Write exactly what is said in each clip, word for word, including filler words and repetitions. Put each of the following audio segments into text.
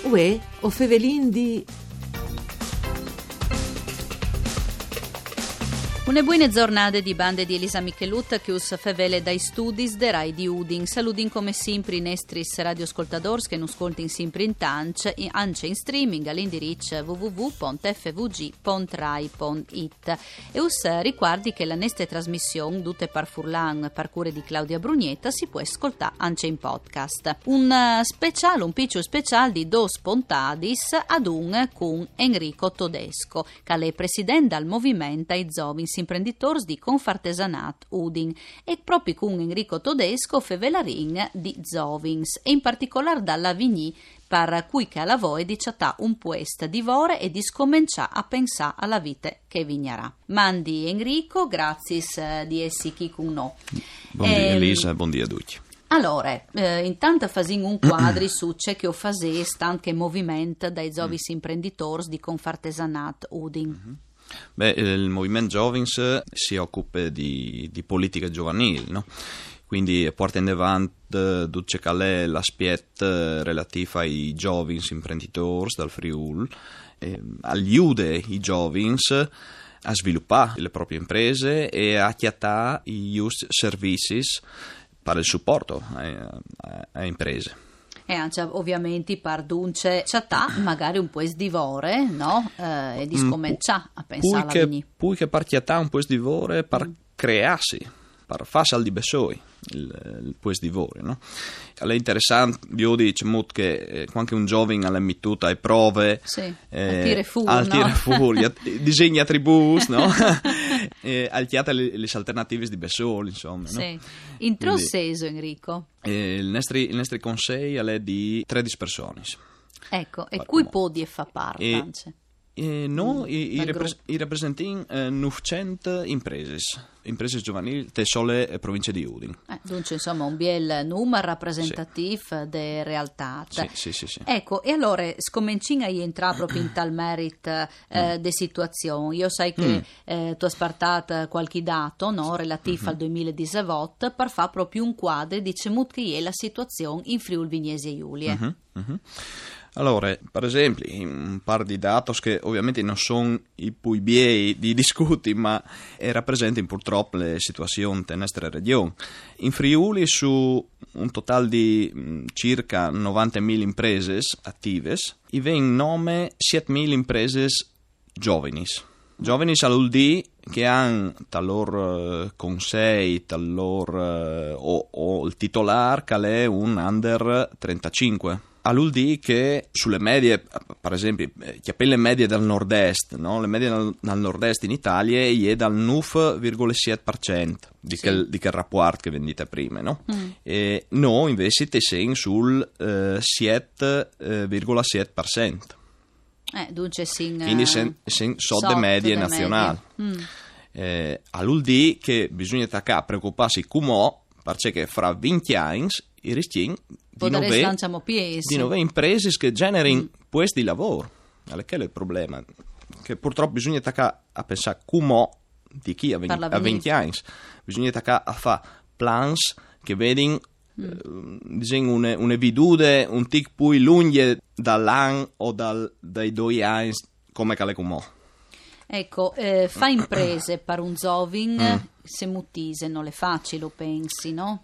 Uè, o fevelin di... Une buone giornate di bande di Elisa Michelut che us fevele dai studi de Rai di Udin. Saludin come sempre i nostri radioascoltadors che non ascoltin sempre in tanch, in, anche in streaming all'indirizzo w w w punto f v g punto rai punto i t. E us ricordi che la nostra trasmissione, tutte par Furlan, par cure di Claudia Brugnetta, si può ascoltare anche in podcast. Un speciale, un piccolo speciale di Dos Pontadis ad un con Enrico Todesco, che è presidente del movimento ai Zovins imprenditori di Confartesanat Udin, e proprio con Enrico Todesco fevelarin di Zovins, e in particolare dalla Vigny, per cui che alla voi diciata un puest di vore e di scominciare a pensare alla vita che vignerà. Mandi Enrico, grazie di essi chi con no. Buon dia Elisa, buon dia a tutti. Allora, eh, intanto fasin un quadri su c'è che ho fasest anche movimento dai Zovis imprenditori di Confartesanat Udin. Mm-hmm. Beh, il movimento Jovins si occupa di, di politica giovanile, no? Quindi porta in avanti tutto ciò che è l'aspetto relativo ai Jovins imprenditori dal Friuli, eh, aiuta i Jovins a sviluppare le proprie imprese e a chiattare i just servizi per il supporto a imprese. E anche ovviamente par dunce città magari un po' sdivore, no? Eh, e di scominciare a pensare alla Vigny. Poi che par chiattà un po' sdivore per mm. crearsi, per farsi al di besoi il, il po' sdivore, no? È interessante, io dico che eh, anche un giovane ha mettuto ai prove, sì, eh, al tire fu, al no? tire fu, disegna tribus, no? E al chiata le, le alternative di besoli, insomma, sì. No? In tro senso, Enrico? Eh, il nostro il nostro consiglio è di tredici persone. Ecco, e cui può di fa parte? E, e no, mm, i, i, repres- i rappresentanti eh, novecento imprese, imprese giovanili, te sole provincia di Udin. Eh, dunque, insomma, un bel numero rappresentativo sì. de realtà. Sì, sì, sì, sì. Ecco, e allora, scominciamo a entrare proprio in tal merito eh, mm. de situazioni. Io sai che mm. eh, tu hai spartato qualche dato, no, relativo mm-hmm. al duemiladiciotto, per fare proprio un quadro di come è la situazione in Friuli Vignesi Giulia. Mm-hmm. Mm-hmm. Allora, per esempio, un par di dati che ovviamente non sono i più bei di discuti, ma rappresentano purtroppo le situazioni della nostra regione. In Friuli, su un totale di mh, circa novantamila imprese attive, i ven nome settemila imprese giovani. Giovani vuol dire che hanno tal loro uh, consei, tal loro uh, o, o il titolare che è un under trentacinque. Vuol dire che sulle medie, per esempio, che le medie del nord-est, no? Le medie dal, dal nord-est in Italia è dal nove virgola sette per cento di, sì. quel, di quel rapporto che vendite prima, no? Mm. E noi invece te siamo sul eh, sette virgola sette per cento. Eh, dunque sin, quindi sen, sen so de medie nazionali. Mm. Eh, vuol dire che bisogna attaccare a preoccuparsi come perché fra venti anni i rischiamo di nove, di nove imprese che generano mm. posti di lavoro. Allora, che è il problema? Che purtroppo bisogna attaccare a pensare come di chi a venti anni. Bisogna attaccare a fare plans che vedono mm. eh, una, una veduta un tic più lunga dall'anno o dal, dai due anni come che è come. Ecco, eh, fa imprese per un zovin, mm. se muttise non le facili, lo pensi, no?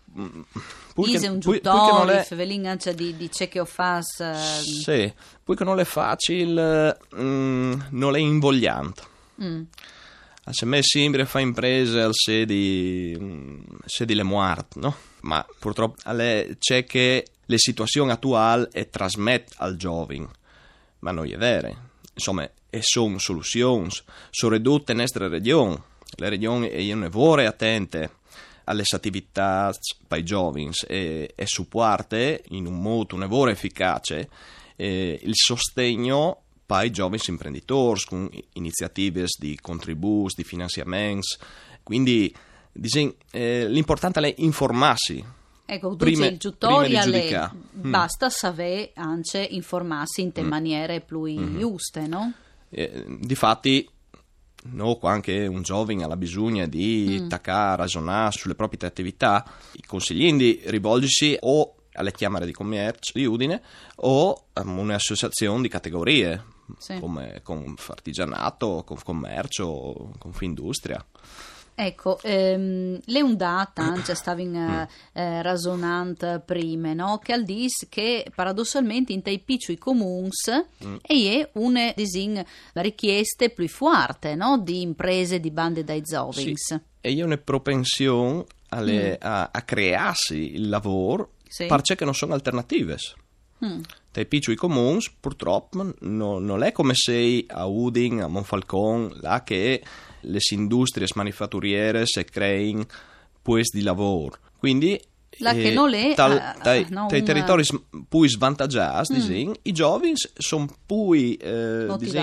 Ise un giuttore, fevelin anche di, di c'è che ho fas. Eh. Sì, poi che non è facile, mm, non è invogliante. Mm. Se me sempre fa imprese al sedi, mm, sedi le muerte, no? Ma purtroppo alle, c'è che le situazioni attuali è trasmette al giovane, ma non è vero. Insomma, e sono soluzioni, sono ridotte in nostra regione. Le regioni sono vorrei attente alle attività per i giovani e, e supporte in un modo un'evore efficace eh, il sostegno per i giovani imprenditori con iniziative di contributi, di finanziamenti. Quindi diciamo, eh, l'importante è informarsi. Ecco, tu c'è il tutorial, mm. basta sapere anche informarsi in te mm. maniere più mm. giuste, no? Eh, difatti no, anche un giovane ha bisogno di mm. attaccare, ragionare sulle proprie attività, i consiglieri rivolgersi o alle Camere di Commercio di Udine o um, un'associazione di categorie, sì, come Confartigianato, Confcommercio, Confindustria. Ecco, ehm, le undata c'è stava in eh, eh, rasonante prima, no? Che al dis che paradossalmente in tai piccoli comuns mm. e è una disin richieste più forte, no? Di imprese di bande dai zovings. Sì. E io ne propensione alle, mm. a, a crearsi il lavoro, sì, perché non sono alternative. Mm. Dai piccoli comuns purtroppo no, non è come se a Udine, a Monfalcone, là che le industrie manifatturiere se creino posti di lavoro. Quindi la che non è tal, uh, dai, no, dai una... territori più svantaggiati, mm. disin, i giovani sono più eh,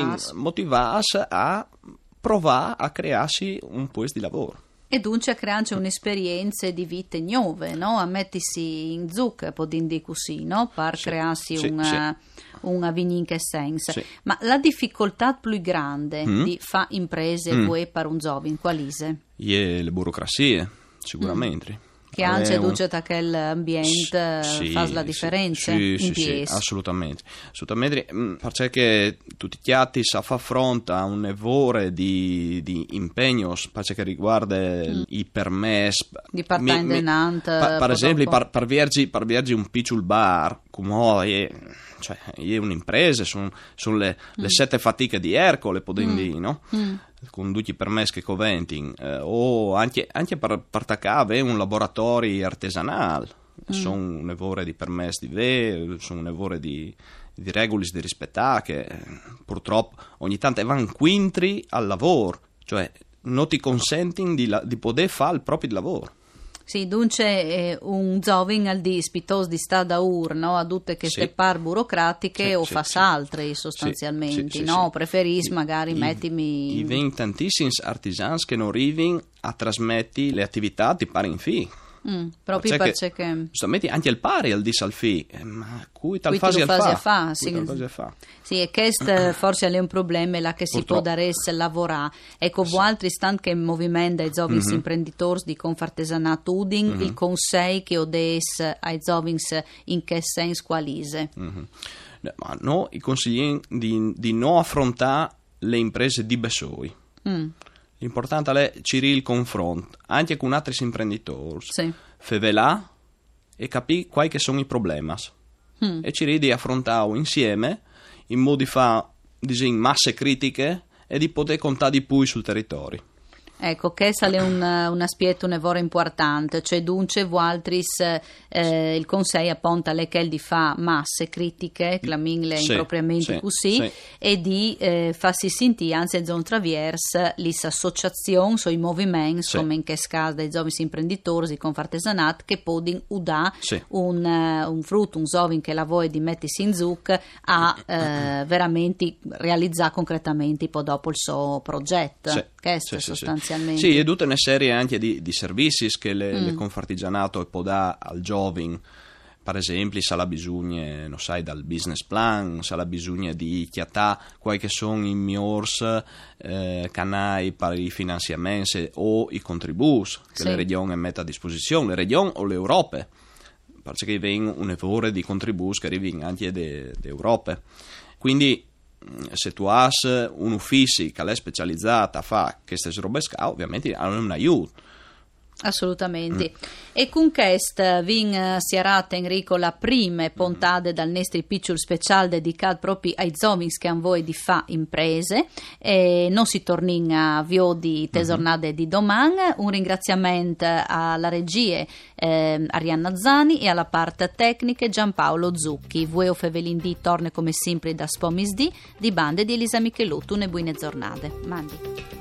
motivati a provare a crearsi un posto di lavoro. E dunque a creare un'esperienza di vite nuove, no? A mettersi in zucca, podindi così, no? Per sì, crearsi sì, una, sì. una vininca senza. Sì. Ma la difficoltà più grande mm. di fare imprese mm. voi per un giovane, qualise? E le burocrazie, sicuramente. Mm. Che anche un... duce che l'ambiente sì, fa la differenza sì, in sì, sì, assolutamente, assolutamente, perché tutti gli atti sa fa fronte a un evore di, di impegno perché riguarda mm. i permessi di part-time denante, pa, per esempio per, per viaggi per viaggi un piccolo bar come è, cioè è un'impresa, sono son le, mm. le sette fatiche di Ercole podendo mm. no? Mm. Con tutti i permessi che coventi eh, o anche, anche per attaccare un laboratorio artesanale mm. sono un'evore di permessi di ve, sono un'evore di, di regole di rispettare che purtroppo ogni tanto vanno quintri al lavoro, cioè non ti consentono di, di poter fare il proprio lavoro. Sì, dunque eh, un giovane al di spitos di sta da ur, no? A tutte queste sì. par burocratiche sì, o sì, fa sì. altre sostanzialmente, sì, sì, no? Sì, Preferisci sì. magari I, mettimi... I venti tantissimi artigiani che non arrivano a trasmetti le attività di pari in fi. Mm, proprio perché, perché che... giustamente anche il pari al dis al fi, eh, ma cui tal fasi al fa, fa sì. fa sì, e questo forse è un problema là che si Purtroppo. può dare se lavorare, ecco sì. voi altri stanno che movimento ai giovani mm-hmm. imprenditori di Confartigianato Udine mm-hmm. il consiglio che odes ai giovani in che senso qualise mm-hmm. no, ma no, i consigli di, di non affrontare le imprese di Bessoi. mm. L'importante è cirì il confronto anche con altri imprenditori, sì. fevelà e capire quali che sono i problemi mm. e cirì di affrontare insieme in modo di fare masse critiche e di poter contare di più sul territorio. Ecco, questo è un, un aspetto un evore importante, cioè dunque vualtris eh, il Consiglio appunto alle che di fa masse critiche, clamingle sì, impropriamente sì, così, sì. e di eh, farsi sentire, anzi zon traverse, le associazioni, so i movimenti, sì. come in che caso dei giovani imprenditori, di Confartigianato, che possano udare sì. un, uh, un frutto, un giovane che lavora di mettersi in zuc a eh, veramente realizzare concretamente poi dopo il suo progetto, sì. questo sì, sostanzialmente. Sì, e tutta una serie anche di, di servizi che le, mm. le Confartigianato può dare al giovane. Per esempio, se ha bisogno, non sai, dal business plan, se ha bisogno di chiatà quali che sono i migliori eh, canali per i finanziamenti o i contributi che sì. le regioni mettono a disposizione, le regioni o l'Europa, perché vengono un evore di contributi che arrivano anche d'Europa. Quindi, se tu hai un ufficio che è specializzato a fare queste robe, ovviamente hanno un aiuto. Assolutamente. Mm. E con questo vin sierata Enrico la prima puntata dal nostro piccolo speciale dedicato proprio ai giovani che hanno voi di fa imprese e non si torna a vio di tesornate mm-hmm. di domani. Un ringraziamento alla regia eh, Arianna Zani e alla parte tecnica Giampaolo Zucchi. Voi o Fevelin D torna come sempre da Spomis D di bande di Elisa Michelotto. Une buone giornate. Mandi.